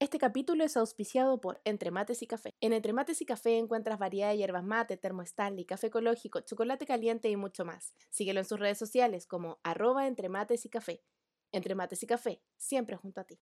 Este capítulo es auspiciado por Entre Mates y Café. En Entre Mates y Café encuentras variedad de hierbas mate, termo Stanley, café ecológico, chocolate caliente y mucho más. Síguelo en sus redes sociales como @Entre Mates y Café. Entre Mates y Café, siempre junto a ti.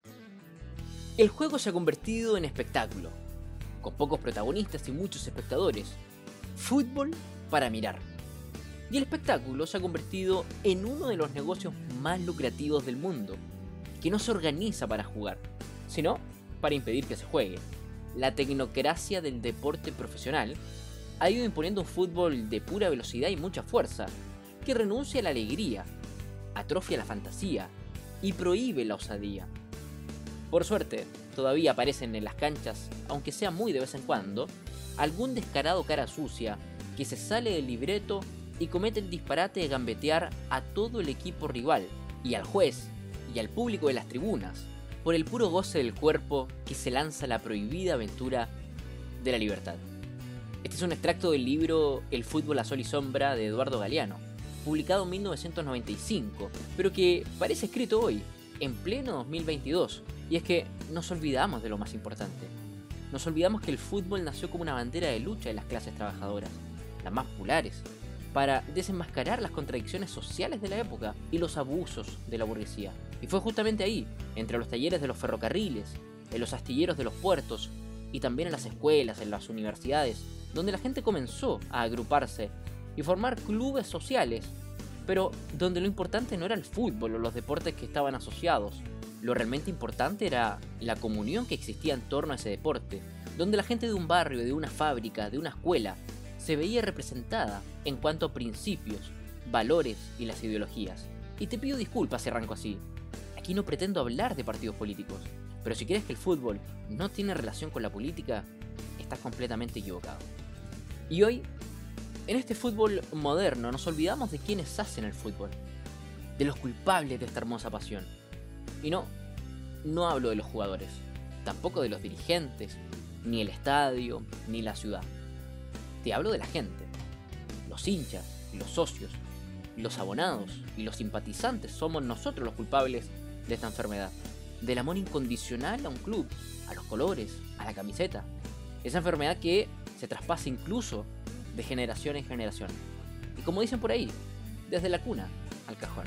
El juego se ha convertido en espectáculo, con pocos protagonistas y muchos espectadores. Fútbol para mirar. Y el espectáculo se ha convertido en uno de los negocios más lucrativos del mundo, que no se organiza para jugar, sino para impedir que se juegue. La tecnocracia del deporte profesional ha ido imponiendo un fútbol de pura velocidad y mucha fuerza, que renuncia a la alegría, atrofia la fantasía y prohíbe la osadía. Por suerte, todavía aparecen en las canchas, aunque sea muy de vez en cuando, algún descarado cara sucia que se sale del libreto y comete el disparate de gambetear a todo el equipo rival, y al juez, y al público de las tribunas, por el puro goce del cuerpo que se lanza a la prohibida aventura de la libertad. Este es un extracto del libro El fútbol a sol y sombra de Eduardo Galeano, publicado en 1995, pero que parece escrito hoy, en pleno 2022, y es que nos olvidamos de lo más importante. Nos olvidamos que el fútbol nació como una bandera de lucha de las clases trabajadoras, las más populares, para desenmascarar las contradicciones sociales de la época y los abusos de la burguesía. Y fue justamente ahí, entre los talleres de los ferrocarriles, en los astilleros de los puertos, y también en las escuelas, en las universidades, donde la gente comenzó a agruparse y formar clubes sociales, pero donde lo importante no era el fútbol o los deportes que estaban asociados. Lo realmente importante era la comunión que existía en torno a ese deporte, donde la gente de un barrio, de una fábrica, de una escuela, se veía representada en cuanto a principios, valores y las ideologías. Y te pido disculpas si arranco así. Aquí no pretendo hablar de partidos políticos, pero si crees que el fútbol no tiene relación con la política, estás completamente equivocado. Y hoy, en este fútbol moderno, nos olvidamos de quienes hacen el fútbol, de los culpables de esta hermosa pasión. Y no hablo de los jugadores, tampoco de los dirigentes, ni el estadio, ni la ciudad. Te hablo de la gente, los hinchas, los socios, los abonados y los simpatizantes. Somos nosotros los culpables de esta enfermedad, del amor incondicional a un club, a los colores, a la camiseta. Esa enfermedad que se traspasa incluso de generación en generación. Y como dicen por ahí, desde la cuna al cajón.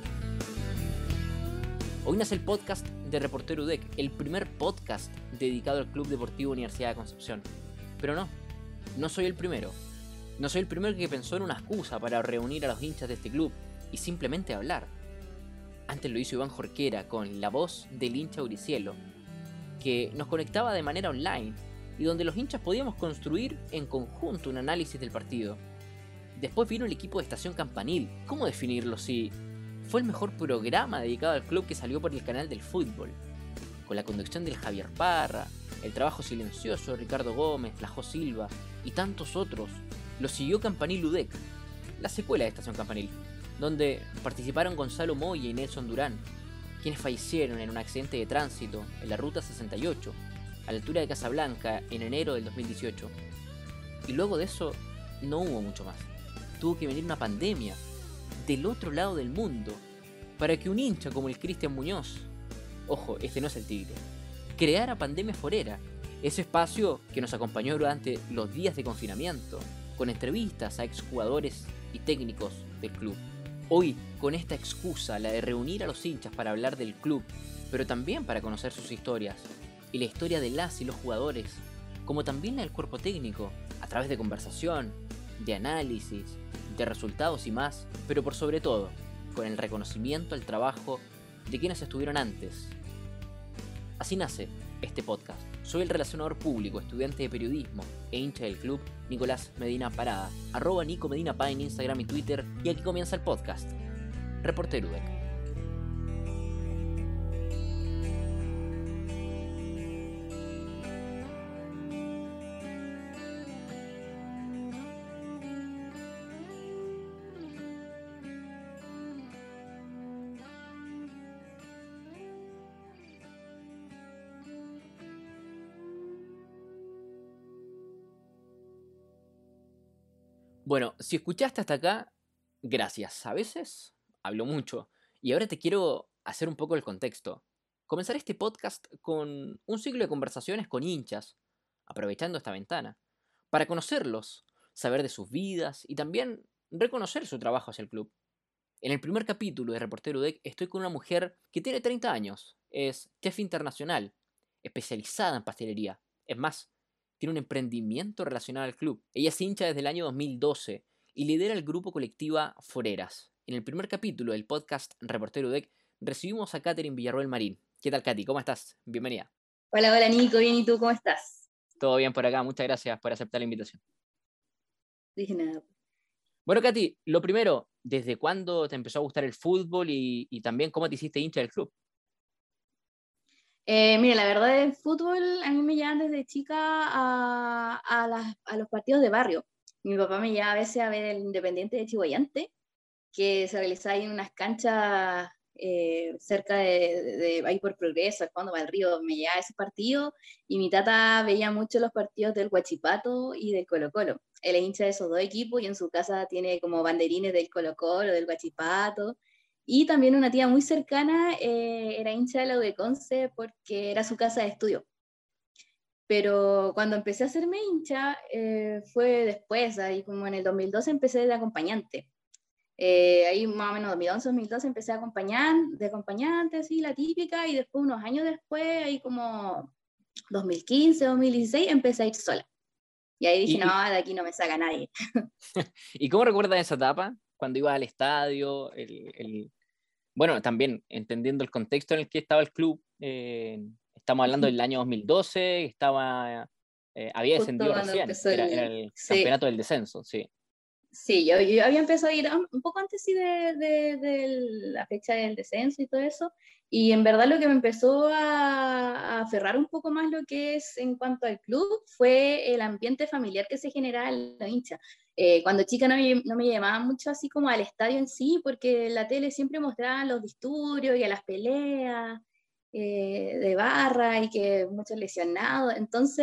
Hoy nace el podcast de Reportero UDEC, el primer podcast dedicado al Club Deportivo Universidad de Concepción. Pero no soy el primero. No soy el primero que pensó en una excusa para reunir a los hinchas de este club y simplemente hablar. Antes lo hizo Iván Jorquera con La Voz del Hincha Uricielo, que nos conectaba de manera online y donde los hinchas podíamos construir en conjunto un análisis del partido. Después vino el equipo de Estación Campanil. ¿Cómo definirlo si fue el mejor programa dedicado al club que salió por el canal del fútbol? Con la conducción del Javier Parra, el trabajo silencioso de Ricardo Gómez, Flajo Silva y tantos otros, lo siguió Campanil UDEC, la secuela de Estación Campanil, donde participaron Gonzalo Moya y Nelson Durán, quienes fallecieron en un accidente de tránsito en la Ruta 68, a la altura de Casablanca, en enero del 2018. Y luego de eso, no hubo mucho más. Tuvo que venir una pandemia del otro lado del mundo para que un hincha como el Cristian Muñoz, ojo, este no es el Tigre, creara Pandemia Forera, ese espacio que nos acompañó durante los días de confinamiento, con entrevistas a exjugadores y técnicos del club. Hoy, con esta excusa, la de reunir a los hinchas para hablar del club, pero también para conocer sus historias, y la historia de las y los jugadores, como también la del cuerpo técnico, a través de conversación, de análisis, de resultados y más, pero por sobre todo, con el reconocimiento al trabajo de quienes estuvieron antes. Así nace este podcast. Soy el relacionador público, estudiante de periodismo e hincha del club, Nicolás Medina Parada, @Nico Medina Pa en Instagram y Twitter, y aquí comienza el podcast, Reportero UDEC. Bueno, si escuchaste hasta acá, gracias. A veces hablo mucho. Y ahora te quiero hacer un poco el contexto. comenzaré este podcast con un ciclo de conversaciones con hinchas, aprovechando esta ventana, para conocerlos, saber de sus vidas y también reconocer su trabajo hacia el club. En el primer capítulo de Reportero UDEC estoy con una mujer que tiene 30 años, es chef internacional, especializada en pastelería. Es más, tiene un emprendimiento relacionado al club. Ella es hincha desde el año 2012 y lidera el grupo colectiva Foreras. En el primer capítulo del podcast Reportero UDEC recibimos a Catherine Villarroel Marín. ¿Qué tal, Katy? ¿Cómo estás? Bienvenida. Hola, hola Nico, bien, ¿y tú cómo estás? Todo bien por acá, muchas gracias por aceptar la invitación. Dije nada. Bueno, Katy, lo primero, ¿desde cuándo te empezó a gustar el fútbol y también cómo te hiciste hincha del club? Mira, la verdad el fútbol a mí me llevan desde chica a los partidos de barrio. Mi papá me lleva a veces a ver el Independiente de Chihuayante, que se realizaba ahí en unas canchas cerca de ahí por Progreso, cuando va al río, me llevaba a ese partido y mi tata veía mucho los partidos del Huachipato y del Colo-Colo. Él es hincha de esos dos equipos y en su casa tiene como banderines del Colo-Colo, del Huachipato. Y también una tía muy cercana era hincha de la U de Conce porque era su casa de estudio. Pero cuando empecé a hacerme hincha fue después, ahí como en el 2012 empecé de acompañante. Ahí más o menos 2011, 2012 empecé de acompañante, así la típica, y después unos años después, ahí como 2015, 2016, empecé a ir sola. Y ahí dije, no, ¿Y, de aquí no me saca nadie. y cómo recuerdas esa etapa? Cuando ibas al estadio, bueno, también entendiendo el contexto en el que estaba el club, estamos hablando del año 2012, había Justo descendido cuando recién, empezó era el... el Sí, campeonato del descenso, sí. sí, yo había empezado a ir un poco antes sí de la fecha del descenso y todo eso, y en verdad lo que me empezó a aferrar un poco más lo que es en cuanto al club fue el ambiente familiar que se generaba en la hincha. Cuando chica no me llamaba mucho así como al estadio en sí, porque en la tele siempre mostraban los disturbios y a las peleas de barra y que muchos lesionados, entonces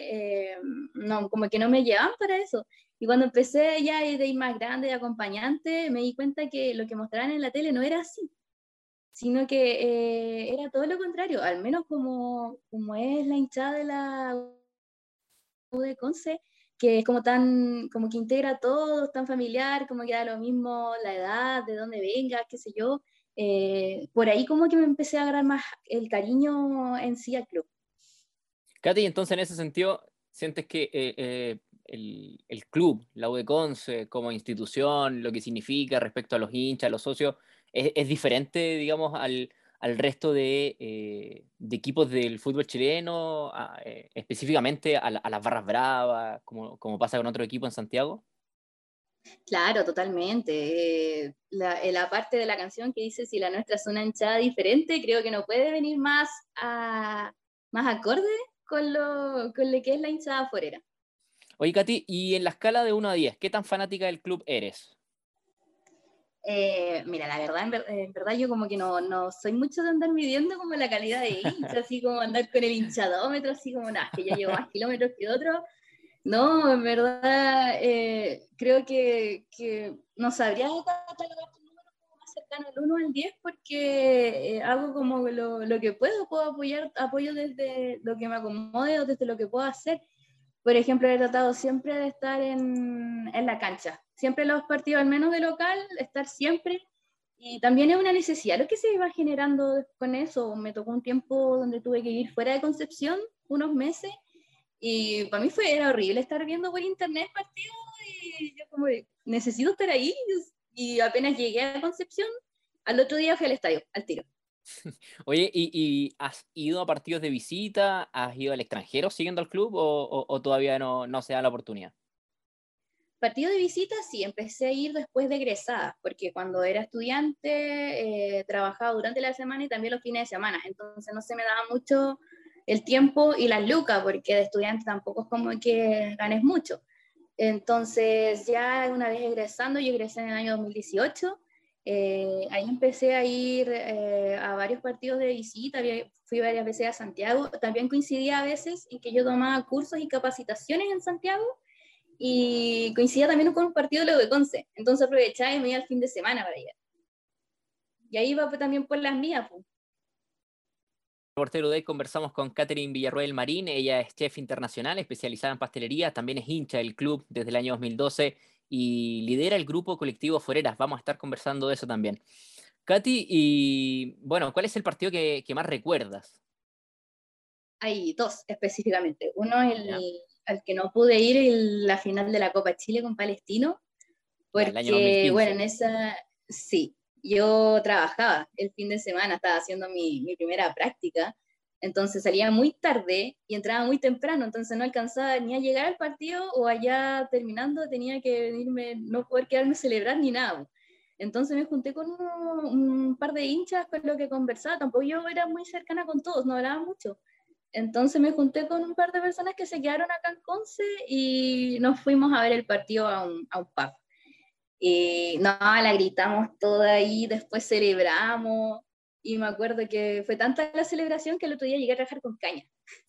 no, como que no me llevaban para eso. Y cuando empecé ya de ir más grande, de acompañante, me di cuenta que lo que mostraban en la tele no era así, sino que era todo lo contrario, al menos como es la hinchada de la U de Conce, que es como tan, como que integra a todos, tan familiar, como que da lo mismo la edad, de dónde venga, qué sé yo. Por ahí como que me empecé a agarrar más el cariño en sí al club. Katy, entonces en ese sentido, ¿sientes que el club, la U de Conce, como institución, lo que significa respecto a los hinchas, a los socios, es diferente, digamos, al resto de equipos del fútbol chileno, específicamente a las barras bravas, como pasa con otro equipo en Santiago? Claro, totalmente. La parte de la canción que dice si la nuestra es una hinchada diferente, creo que no puede venir más acorde con lo que es la hinchada forera. Oye, Katy, y en la escala de 1 a 10, ¿qué tan fanática del club eres? Mira, la verdad, en verdad yo como que no soy mucho de andar midiendo como la calidad de hincha, así como andar con el hinchadómetro, así como nada, que yo llevo más kilómetros que otro. No, en verdad, creo que no sabría catalogar tu número como más cercano al 1 al 10 porque hago como lo que puedo apoyo desde lo que me acomode o desde lo que puedo hacer. Por ejemplo, he tratado siempre de estar en la cancha, siempre en los partidos, al menos de local, estar siempre. Y también es una necesidad lo que se iba generando con eso. Me tocó un tiempo donde tuve que ir fuera de Concepción, unos meses, y para mí era horrible estar viendo por internet partidos y yo como de, necesito estar ahí. Y apenas llegué a Concepción, al otro día fui al estadio, al tiro. Oye, ¿y has ido a partidos de visita? ¿Has ido al extranjero siguiendo al club o todavía no se da la oportunidad? Partido de visita sí, empecé a ir después de egresada, porque cuando era estudiante trabajaba durante la semana y también los fines de semana, entonces no se me daba mucho el tiempo y las lucas, porque de estudiante tampoco es como que ganes mucho. Entonces ya una vez egresando, yo egresé en el año 2018, ahí empecé a ir a varios partidos de visita, fui varias veces a Santiago, también coincidía a veces en que yo tomaba cursos y capacitaciones en Santiago y coincidía también con un partido de la U de Conce, entonces aprovechaba y me iba el fin de semana para allá. Y ahí iba pues, también por las mías. Pues. Reportero Day conversamos con Catherine Villarroel Marín. Ella es chef internacional especializada en pastelería, también es hincha del club desde el año 2012 y lidera el grupo colectivo Foreras. Vamos a estar conversando de eso también. Katy, y bueno, ¿cuál es el partido que más recuerdas? Hay dos específicamente. Uno es ¿Ya? al que no pude ir en la final de la Copa Chile con Palestino, Ya, el año porque, bueno, 2015. en esa, sí, yo trabajaba el fin de semana, estaba haciendo mi primera práctica, entonces salía muy tarde y entraba muy temprano, entonces no alcanzaba ni a llegar al partido o allá terminando tenía que venirme, no poder quedarme a celebrar ni nada. Entonces me junté con un par de hinchas con lo que conversaba, tampoco yo era muy cercana con todos, no hablaba mucho. Entonces me junté con un par de personas que se quedaron acá en Conce y nos fuimos a ver el partido a un pub. Y no, la gritamos toda ahí, después celebramos. Y me acuerdo que fue tanta la celebración que el otro día llegué a trabajar con caña.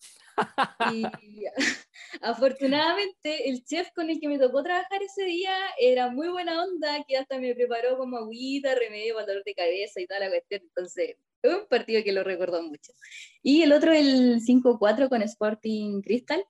Y afortunadamente el chef con el que me tocó trabajar ese día era muy buena onda, que hasta me preparó como agüita, remedio para el dolor de cabeza y toda la cuestión. Entonces, fue un partido que lo recuerdo mucho. Y el otro, el 5-4 con Sporting Cristal,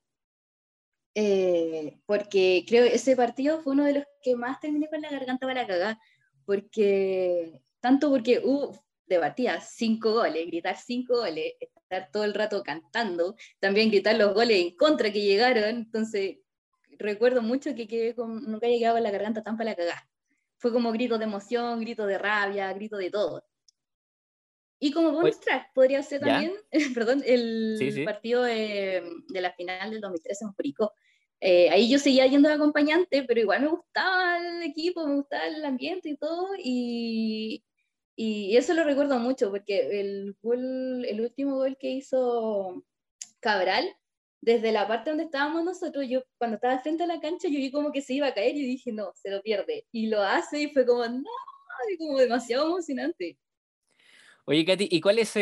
porque creo que ese partido fue uno de los que más terminé con la garganta para cagar, porque tanto porque de partida 5 goles, gritar 5 goles, estar todo el rato cantando, también gritar los goles en contra que llegaron, entonces recuerdo mucho que nunca he llegado con la garganta tan para cagar. Fue como grito de emoción, grito de rabia, grito de todo. Y como Oye, bonus track, podría ser ¿ya? también, perdón, Sí, el sí. partido de la final del 2013 en Curicó. Ahí yo seguía yendo de acompañante, pero igual me gustaba el equipo, me gustaba el ambiente y todo, y eso lo recuerdo mucho, porque el último gol que hizo Cabral, desde la parte donde estábamos nosotros, yo cuando estaba frente a la cancha, yo vi como que se iba a caer y dije, no, se lo pierde. Y lo hace y fue como, no, y como demasiado emocionante. Oye, Katy, ¿y cuál es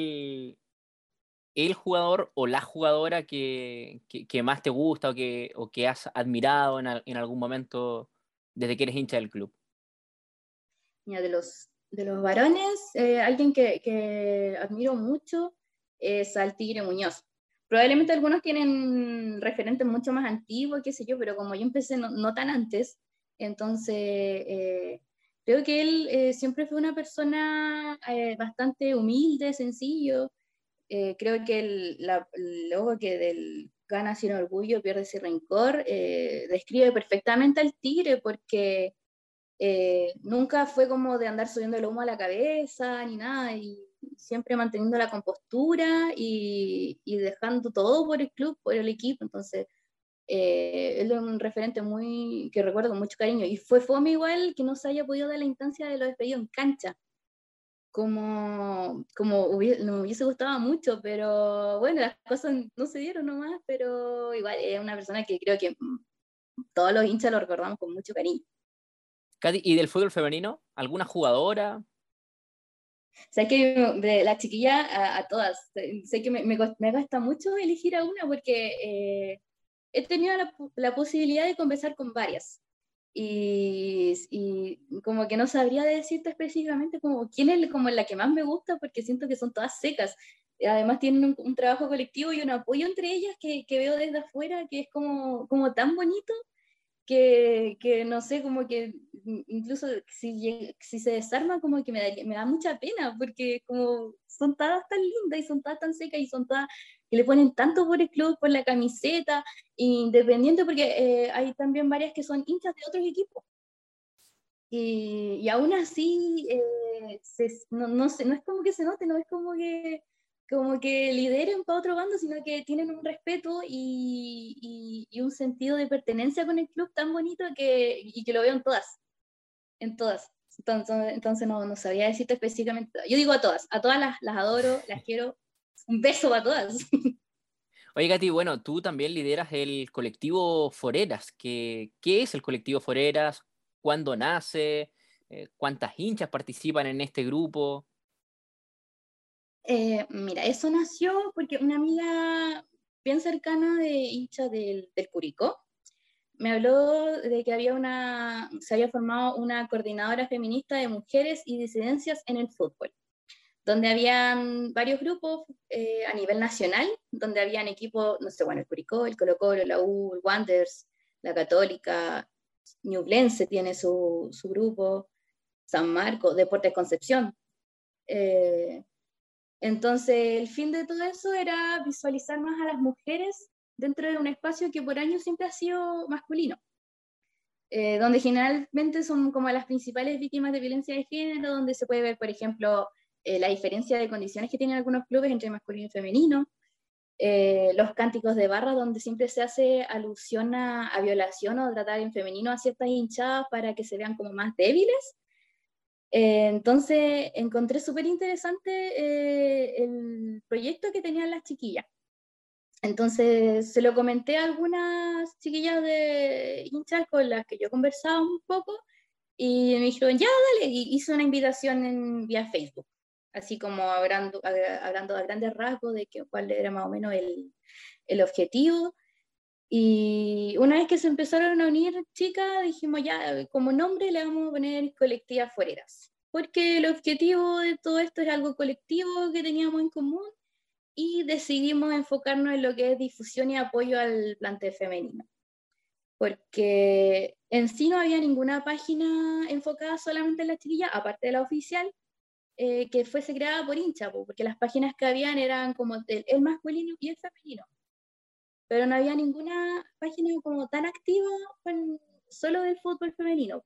el jugador o la jugadora que más te gusta o que has admirado en algún momento desde que eres hincha del club? Mira, de los varones, alguien que admiro mucho es al Tigre Muñoz. Probablemente algunos tienen referentes mucho más antiguos, qué sé yo, pero como yo empecé no tan antes, entonces creo que él siempre fue una persona bastante humilde, sencillo. Creo que el logo que del gana sin orgullo, pierde sin rencor, describe perfectamente al Tigre porque nunca fue como de andar subiendo el humo a la cabeza ni nada, y siempre manteniendo la compostura y dejando todo por el club, por el equipo. Entonces, él es un referente que recuerdo con mucho cariño. Y fue fome igual que no se haya podido dar la instancia de los despedidos en cancha, me hubiese gustado mucho, pero bueno, las cosas no se dieron nomás, pero igual es una persona que creo que todos los hinchas lo recordamos con mucho cariño. Katy, ¿y del fútbol femenino? ¿Alguna jugadora? Sé que de la chiquilla a todas, sé que me cuesta mucho elegir a una porque he tenido la posibilidad de conversar con varias y como que no sabría decirte específicamente como quién es como la que más me gusta porque siento que son todas secas. Además tienen un trabajo colectivo y un apoyo entre ellas que veo desde afuera que es como tan bonito que no sé, como que incluso si se desarma, como que me da mucha pena, porque como son todas tan lindas y son todas tan secas y son todas que le ponen tanto por el club, por la camiseta, independiente, porque hay también varias que son hinchas de otros equipos. Y aún así, no sé, no es como que se note, no es como que lideren para otro bando, sino que tienen un respeto y un sentido de pertenencia con el club tan bonito y que lo veo en todas. Entonces no sabía decirte específicamente. Yo digo a todas las adoro, las quiero. Un beso a todas. Oye, Katy, bueno, tú también lideras el colectivo Foreras. ¿Qué es el colectivo Foreras? ¿Cuándo nace? ¿Cuántas hinchas participan en este grupo? Mira, eso nació porque una amiga bien cercana de hincha del Curicó me habló de que se había formado una coordinadora feminista de mujeres y disidencias en el fútbol. donde habían varios grupos a nivel nacional, donde habían equipos, no sé, bueno, el Curicó, el Colo-Colo, la U, el Wanderers, la Católica, Ñublense tiene su grupo, San Marcos, Deportes Concepción. Entonces, el fin de todo eso era visualizar más a las mujeres dentro de un espacio que por años siempre ha sido masculino, donde generalmente son como las principales víctimas de violencia de género, donde se puede ver, por ejemplo, la diferencia de condiciones que tienen algunos clubes entre masculino y femenino, los cánticos de barra, donde siempre se hace alusión a violación o tratar en femenino a ciertas hinchadas para que se vean como más débiles. Entonces encontré súper interesante el proyecto que tenían las chiquillas. Entonces se lo comenté a algunas chiquillas de hinchas con las que yo conversaba un poco y me dijeron, ya, dale, y hice una invitación vía Facebook, así como hablando a grandes rasgos de cuál era más o menos el objetivo. Y una vez que se empezaron a unir chicas, dijimos ya, como nombre le vamos a poner Colectivas Foreras, porque el objetivo de todo esto es algo colectivo que teníamos en común y decidimos enfocarnos en lo que es difusión y apoyo al plantel femenino, porque en sí no había ninguna página enfocada solamente en las chiquillas, aparte de la oficial, que fuese creada por hincha, porque las páginas que habían eran como el masculino y el femenino, pero no había ninguna página como tan activa solo del fútbol femenino.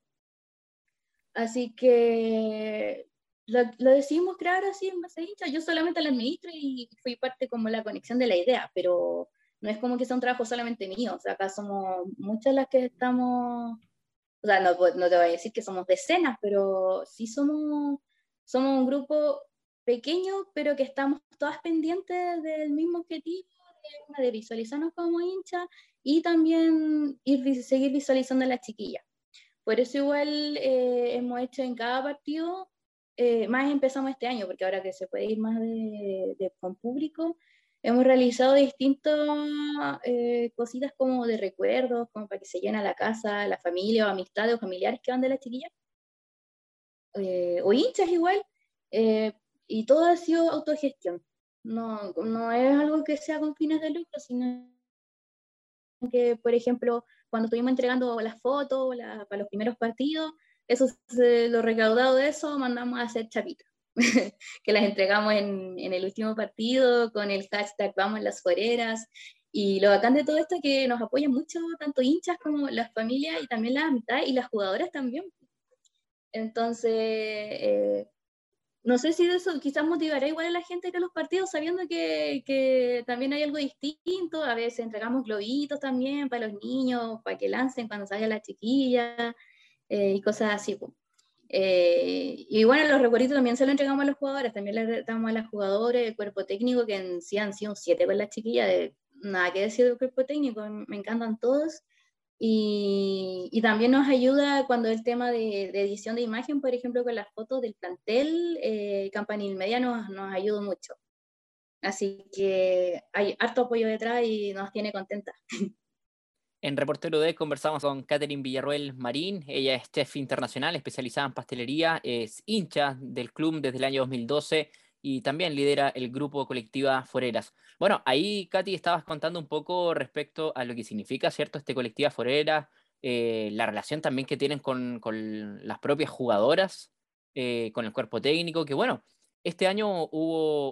Así que lo decidimos crear así en base a hincha. Yo solamente la administro y fui parte como la conexión de la idea, pero no es como que sea un trabajo solamente mío. O sea, acá somos muchas las que estamos, o sea, no te voy a decir que somos decenas, pero sí somos un grupo pequeño, pero que estamos todas pendientes del mismo objetivo, de visualizarnos como hinchas y también seguir visualizando a las chiquillas. Por eso igual hemos hecho en cada partido, más empezamos este año, porque ahora que se puede ir más con público, hemos realizado distintas cositas como de recuerdos, como para que se llene la casa, la familia o amistades o familiares que van de las chiquillas, o hinchas igual, y todo ha sido autogestión. No es algo que sea con fines de lucro, sino que, por ejemplo, cuando estuvimos entregando las fotos para los primeros partidos, eso, lo recaudado de eso mandamos a hacer chapitas, que las entregamos en el último partido con el hashtag Vamos las Foreras. Y lo bacán de todo esto es que nos apoyan mucho tanto hinchas como las familias y también las amistades y las jugadoras también. Entonces, no sé si de eso quizás motivará igual a la gente que los partidos, sabiendo que también hay algo distinto. A veces entregamos globitos también para los niños, para que lancen cuando salga la chiquilla, y cosas así. Pues. Y bueno, los recuerditos también se los entregamos a los jugadores, también les damos a las jugadoras, el cuerpo técnico, que en sí han sido un 7 con las chiquillas, nada que decir del cuerpo técnico, me encantan todos. Y también nos ayuda cuando el tema de edición de imagen, por ejemplo, con las fotos del plantel, Campanil Media nos ayuda mucho. Así que hay harto apoyo detrás y nos tiene contentas. En Reportero D conversamos con Catherine Villarroel Marín. Ella es chef internacional especializada en pastelería, es hincha del club desde el año 2012 y también lidera el grupo Colectiva Foreras. Bueno, ahí, Katy, estabas contando un poco respecto a lo que significa, ¿cierto?, este Colectiva Foreras, la relación también que tienen con las propias jugadoras, con el cuerpo técnico, que bueno, este año hubo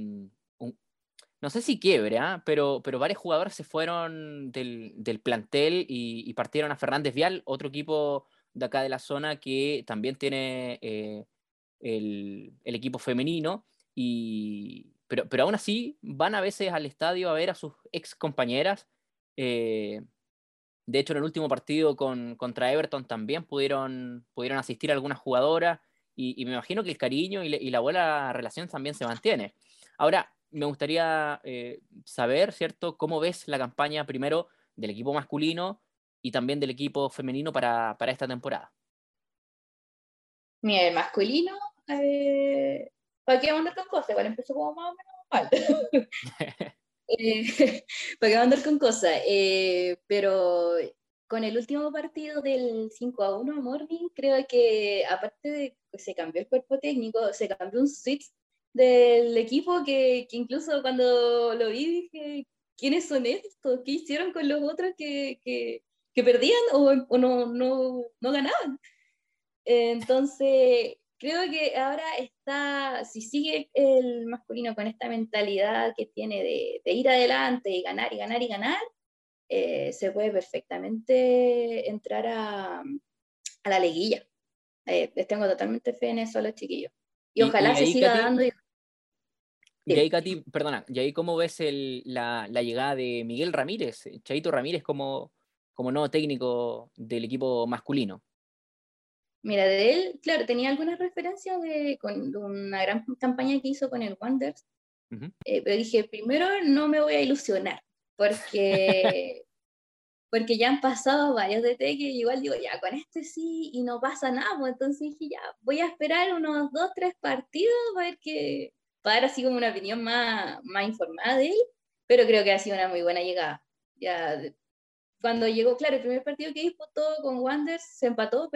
no sé si quiebre, ¿eh? Pero varios jugadores se fueron del plantel y partieron a Fernández Vial, otro equipo de acá de la zona que también tiene el equipo femenino, pero aún así van a veces al estadio a ver a sus ex compañeras. De hecho, en el último partido contra Everton también pudieron asistir algunas jugadoras y me imagino que el cariño y la buena relación también se mantiene. Ahora, me gustaría saber, ¿cierto?, cómo ves la campaña primero del equipo masculino y también del equipo femenino para esta temporada. Mira, el masculino, ¿para qué andar con cosas? Igual empezó como más o menos mal. ¿Para qué andar con cosas? Pero con el último partido del 5-1 Morning, creo que aparte de que se cambió el cuerpo técnico, se cambió un switch del equipo que incluso cuando lo vi dije, ¿quiénes son estos? ¿Qué hicieron con los otros que perdían o no ganaban? Entonces, creo que ahora está, si sigue el masculino con esta mentalidad que tiene de ir adelante y ganar y ganar y ganar, se puede perfectamente entrar a la liguilla. Les tengo totalmente fe en eso a los chiquillos. Y ojalá Y se ahí, siga Katy, dando. perdona, y ahí cómo ves la llegada de Miguel Ramírez, Chaito Ramírez como nuevo técnico del equipo masculino? Mira, de él, claro, tenía algunas referencias de una gran campaña que hizo con el Wanderers, Ujú. pero dije, primero no me voy a ilusionar, porque, porque ya han pasado varios DT que igual digo, ya, con este sí, y no pasa nada, pues entonces dije, ya, voy a esperar unos 2, 3 partidos para ver así como una opinión más informada de él, pero creo que ha sido una muy buena llegada. Ya, cuando llegó, claro, el primer partido que disputó con Wanderers se empató,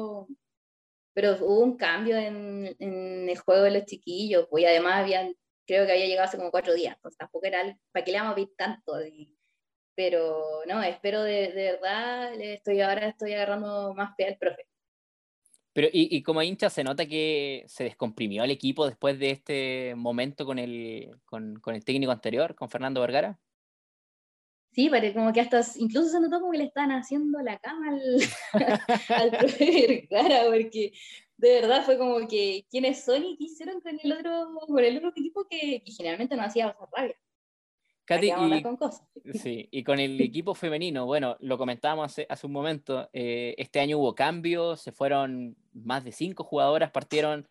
pero hubo un cambio en el juego de los chiquillos, pues, y además creo que había llegado hace como 4 días, entonces tampoco era, ¿para qué le vamos a pedir tanto? Pero no, espero de verdad, ahora estoy agarrando más fe al profe. Pero, como hincha, ¿se nota que se descomprimió el equipo después de este momento con el técnico anterior, con Fernando Vergara? Sí, parece como que hasta incluso se notó como que le estaban haciendo la cama al, al profe Vergara, porque de verdad fue como que quiénes son y qué hicieron con el otro equipo que generalmente no hacía pasar rabia. ¿Para Katy, qué vamos a andar con cosas? sí, y con el equipo femenino, bueno, lo comentábamos hace un momento, este año hubo cambios, se fueron más de 5 jugadoras, partieron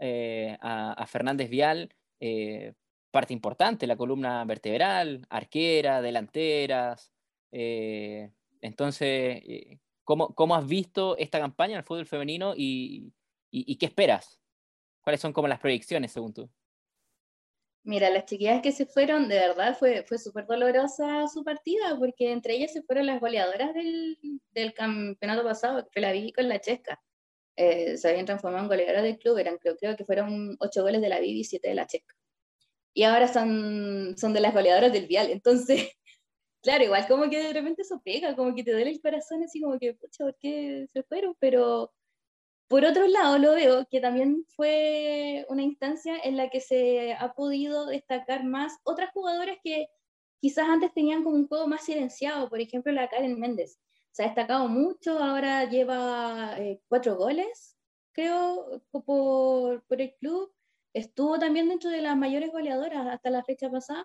a Fernández Vial, parte importante, la columna vertebral, arquera, delanteras. eh, entonces, ¿cómo has visto esta campaña del fútbol femenino y qué esperas? ¿Cuáles son como las proyecciones según tú? Mira, las chiquillas que se fueron, de verdad fue súper dolorosa su partida, porque entre ellas se fueron las goleadoras del campeonato pasado, que fue la Vivi con la Chesca. Se habían transformado en goleadoras del club, creo que fueron 8 goles de la Vivi y 7 de la Chesca. Y ahora son de las goleadoras del Vial. Entonces, claro, igual como que de repente eso pega, como que te duele el corazón, así como que, pucha, ¿por qué se fueron? Pero por otro lado, lo veo que también fue una instancia en la que se ha podido destacar más otras jugadoras que quizás antes tenían como un juego más silenciado. Por ejemplo, la Karen Méndez. Se ha destacado mucho, ahora lleva 4 goles, creo, por el club. Estuvo también dentro de las mayores goleadoras hasta la fecha pasada.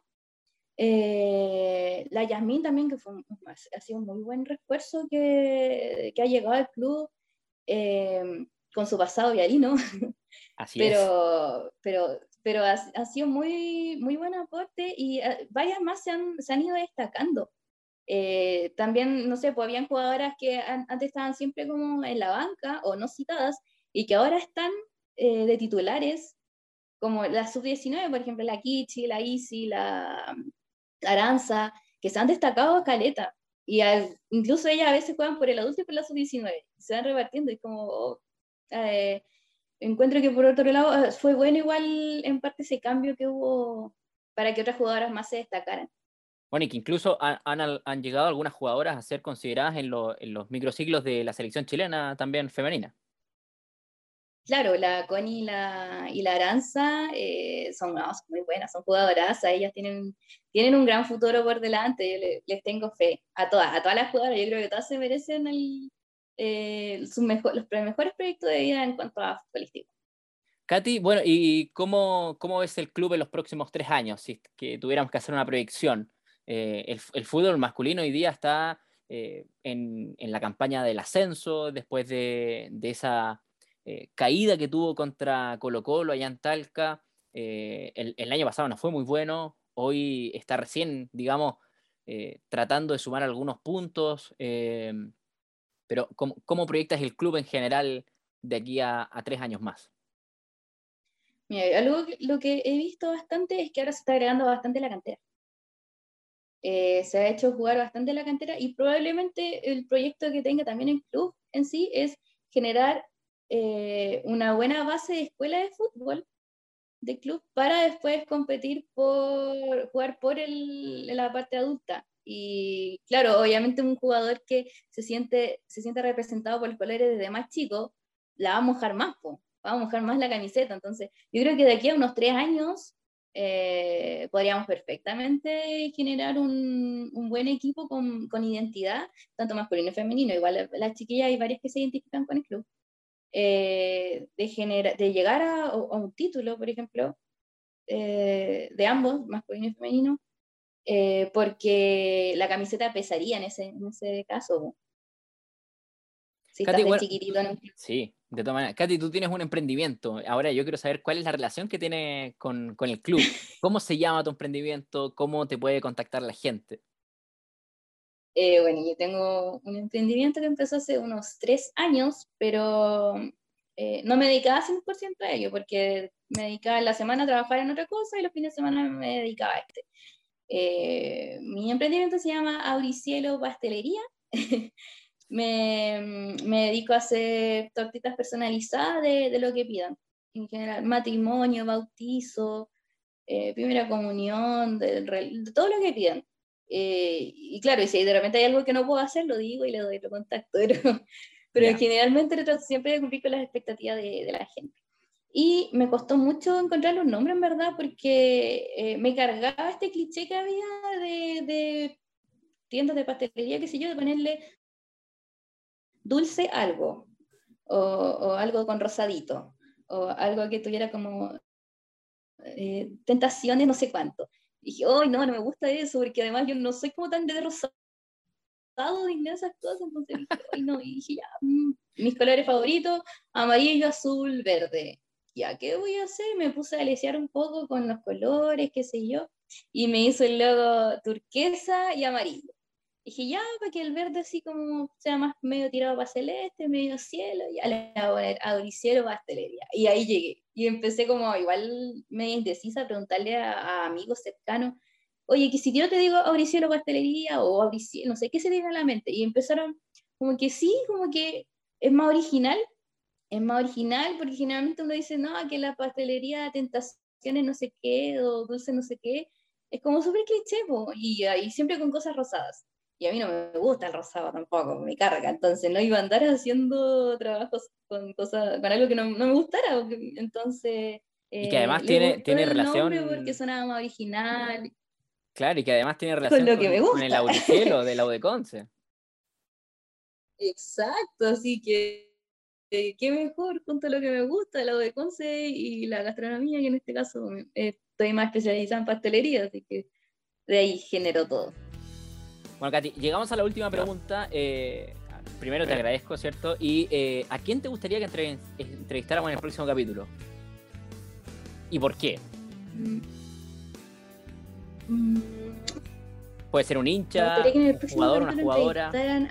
La Yasmín también, ha sido un muy buen refuerzo que ha llegado al club. Con su pasado vialino, Así es. pero ha sido muy, muy buen aporte y varias más se han ido destacando. También, no sé, pues habían jugadoras que antes estaban siempre como en la banca o no citadas y que ahora están de titulares, como la sub-19, por ejemplo, la Kichi, la Isi, la Aranza, que se han destacado a caleta. Y incluso ellas a veces juegan por el adulto y por la sub-19, se van repartiendo y como, eh, encuentro que por otro lado fue bueno igual en parte ese cambio que hubo para que otras jugadoras más se destacaran. Bueno, y que incluso han llegado algunas jugadoras a ser consideradas en los microciclos de la selección chilena también femenina. Claro, la Connie y la Aranza son muy buenas, son jugadoras, ellas tienen un gran futuro por delante, yo les tengo fe a todas las jugadoras, yo creo que todas se merecen los mejores proyectos de vida en cuanto a futbolístico. Katy, bueno, ¿y cómo ves el club en los próximos 3 años? Si es que tuviéramos que hacer una proyección. El fútbol masculino hoy día está en la campaña del ascenso, después de esa caída que tuvo contra Colo-Colo allá en Talca. El año pasado no fue muy bueno, hoy está recién, digamos, tratando de sumar algunos puntos. Pero ¿cómo proyectas el club en general de aquí a 3 años más? Mira, lo que he visto bastante es que ahora se está agregando bastante la cantera. Se ha hecho jugar bastante la cantera y probablemente el proyecto que tenga también el club en sí es generar una buena base de escuela de fútbol de club para después competir por jugar por la parte adulta. Y claro, obviamente un jugador que se siente representado por los colores desde más chico, la va a mojar más, va a mojar más la camiseta. Entonces, yo creo que de aquí a unos 3 años podríamos perfectamente generar un buen equipo con identidad, tanto masculino y femenino. Igual las chiquillas hay varias que se identifican con el club. De llegar a un título, por ejemplo, de ambos, masculino y femenino, porque la camiseta pesaría en ese caso. Si Katy, estás de chiquitito en un club. Sí, de todas maneras. Katy, tú tienes un emprendimiento. Ahora yo quiero saber cuál es la relación que tienes con el club. ¿Cómo se llama tu emprendimiento? ¿Cómo te puede contactar la gente? Bueno, yo tengo un emprendimiento que empezó hace unos 3 años, pero no me dedicaba 100% a ello, porque me dedicaba en la semana a trabajar en otra cosa y los fines de semana me dedicaba a este. Mi emprendimiento se llama Auricielo Pastelería. me dedico a hacer tortitas personalizadas de lo que pidan. En general, matrimonio, bautizo, primera comunión, de todo lo que pidan. Y claro, y si de repente hay algo que no puedo hacer, lo digo y le doy el contacto, pero generalmente trato siempre de cumplir con las expectativas de la gente. Y me costó mucho encontrar los nombres, en verdad, porque me cargaba este cliché que había de tiendas de pastelería, qué sé yo, de ponerle dulce algo, o algo con rosadito, o algo que tuviera como tentaciones no sé cuánto. Y dije, oh, no me gusta eso, porque además yo no soy como tan de rosado ni esas cosas, entonces dije, oh, no, y dije, ya, mis colores favoritos, amarillo, azul, verde. Ya, ¿qué voy a hacer? Me puse a lesear un poco con los colores, qué sé yo, y me hizo el logo turquesa y amarillo. Dije, ya, para que el verde así como sea más medio tirado para celeste, medio cielo, ya le voy a poner Auricielo Pastelería. Y ahí llegué. Y empecé como igual medio indecisa a preguntarle a amigos cercanos, oye, que si yo te digo Auricielo Pastelería o Auricielo, no sé, ¿qué se te viene a la mente? Y empezaron como que sí, como que es más original porque generalmente uno dice, no, que la pastelería tentaciones no sé qué, o dulce no sé qué, es como súper cliché, y siempre con cosas rosadas. Y a mí no me gusta el rosado tampoco, me carga, entonces no iba a andar haciendo trabajos con algo que no me gustara, entonces y que además le gustó tiene el nombre relación. porque sonaba más original. Claro, y que además tiene relación Con lo que me con el gusta. Auricielo de la Udeconce. Exacto, así que qué mejor junto a lo que me gusta, el lado de Conce y la gastronomía, que en este caso estoy más especializada en pastelería, así que de ahí generó todo. Bueno, Katy, llegamos a la última pregunta. Primero te agradezco, ¿cierto? Y ¿a quién te gustaría que entrevistáramos en el próximo capítulo? ¿Y por qué? Puede ser un hincha, un jugador, una jugadora.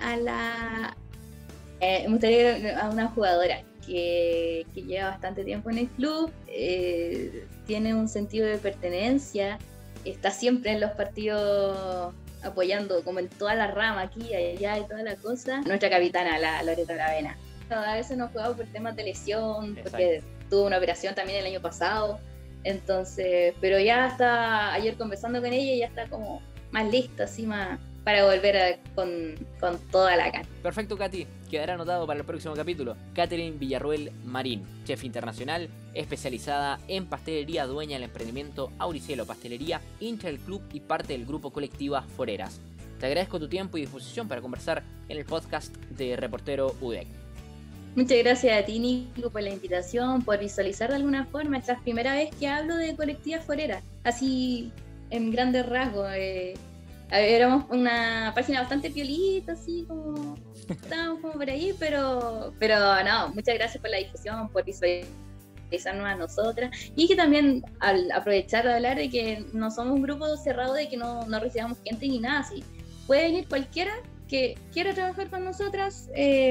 Me gustaría a una jugadora que lleva bastante tiempo en el club, tiene un sentido de pertenencia, está siempre en los partidos apoyando como en toda la rama, aquí, allá y toda la cosa. Nuestra capitana, la Loreto Aravena. A veces no jugaba por temas de lesión, porque tuvo una operación también el año pasado, entonces, pero ya está, ayer conversando con ella, ya está como más lista, así más para volver con toda la cara. Perfecto, Katy. Quedará anotado para el próximo capítulo. Catherine Villarruel Marín, chef internacional, especializada en pastelería, dueña del emprendimiento Auricielo Pastelería, hincha del club y parte del grupo Colectiva Foreras. Te agradezco tu tiempo y disposición para conversar en el podcast de Reportero UDEC. Muchas gracias a ti, Nico, por la invitación, por visualizar de alguna forma. Esta es la primera vez que hablo de Colectiva Foreras, así en grandes rasgos. Éramos una página bastante piolita, así como estábamos como por ahí, pero no, muchas gracias por la difusión, por visualizarnos a nosotras, y que también al aprovechar de hablar de que no somos un grupo cerrado, de que no recibamos gente ni nada así. Puede venir cualquiera que quiera trabajar con nosotras,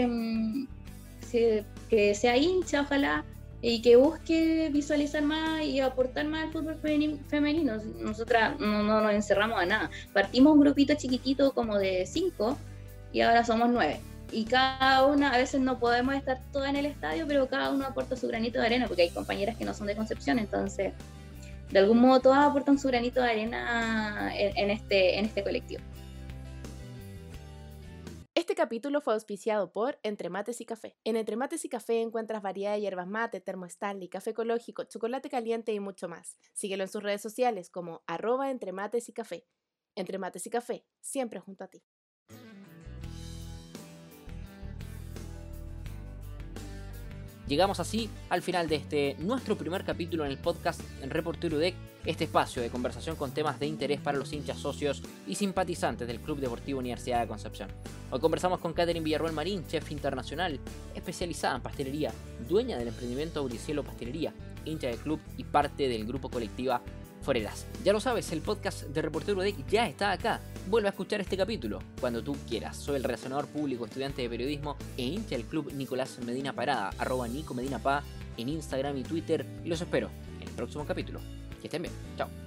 que sea hincha, ojalá, y que busque visualizar más y aportar más al fútbol femenino. Nosotras no nos encerramos a nada. Partimos un grupito chiquitito como de 5 y ahora somos 9. y cada una, a veces no podemos estar todas en el estadio, pero cada uno aporta su granito de arena, porque hay compañeras que no son de Concepción, entonces de algún modo todas aportan su granito de arena en este colectivo. Este capítulo fue auspiciado por Entre Mates y Café. En Entre Mates y Café encuentras variedad de hierbas mate, termo Stanley, café ecológico, chocolate caliente y mucho más. Síguelo en sus redes sociales como @entrematesycafé. Entre Mates y Café, siempre junto a ti. Llegamos así al final de nuestro primer capítulo en el podcast en Reportero UDEC, este espacio de conversación con temas de interés para los hinchas, socios y simpatizantes del Club Deportivo Universidad de Concepción. Hoy conversamos con Catherine Villarroel Marín, chef internacional, especializada en pastelería, dueña del emprendimiento Auricielo Pastelería, hincha del club y parte del grupo colectiva Foreras. Ya lo sabes, el podcast de Reportero UDEC ya está acá. Vuelve a escuchar este capítulo cuando tú quieras. Soy el relacionador público, estudiante de periodismo e hincha del club Nicolás Medina Parada, @NicoMedinaPa en Instagram y Twitter, y los espero en el próximo capítulo. Que estén bien. Chao.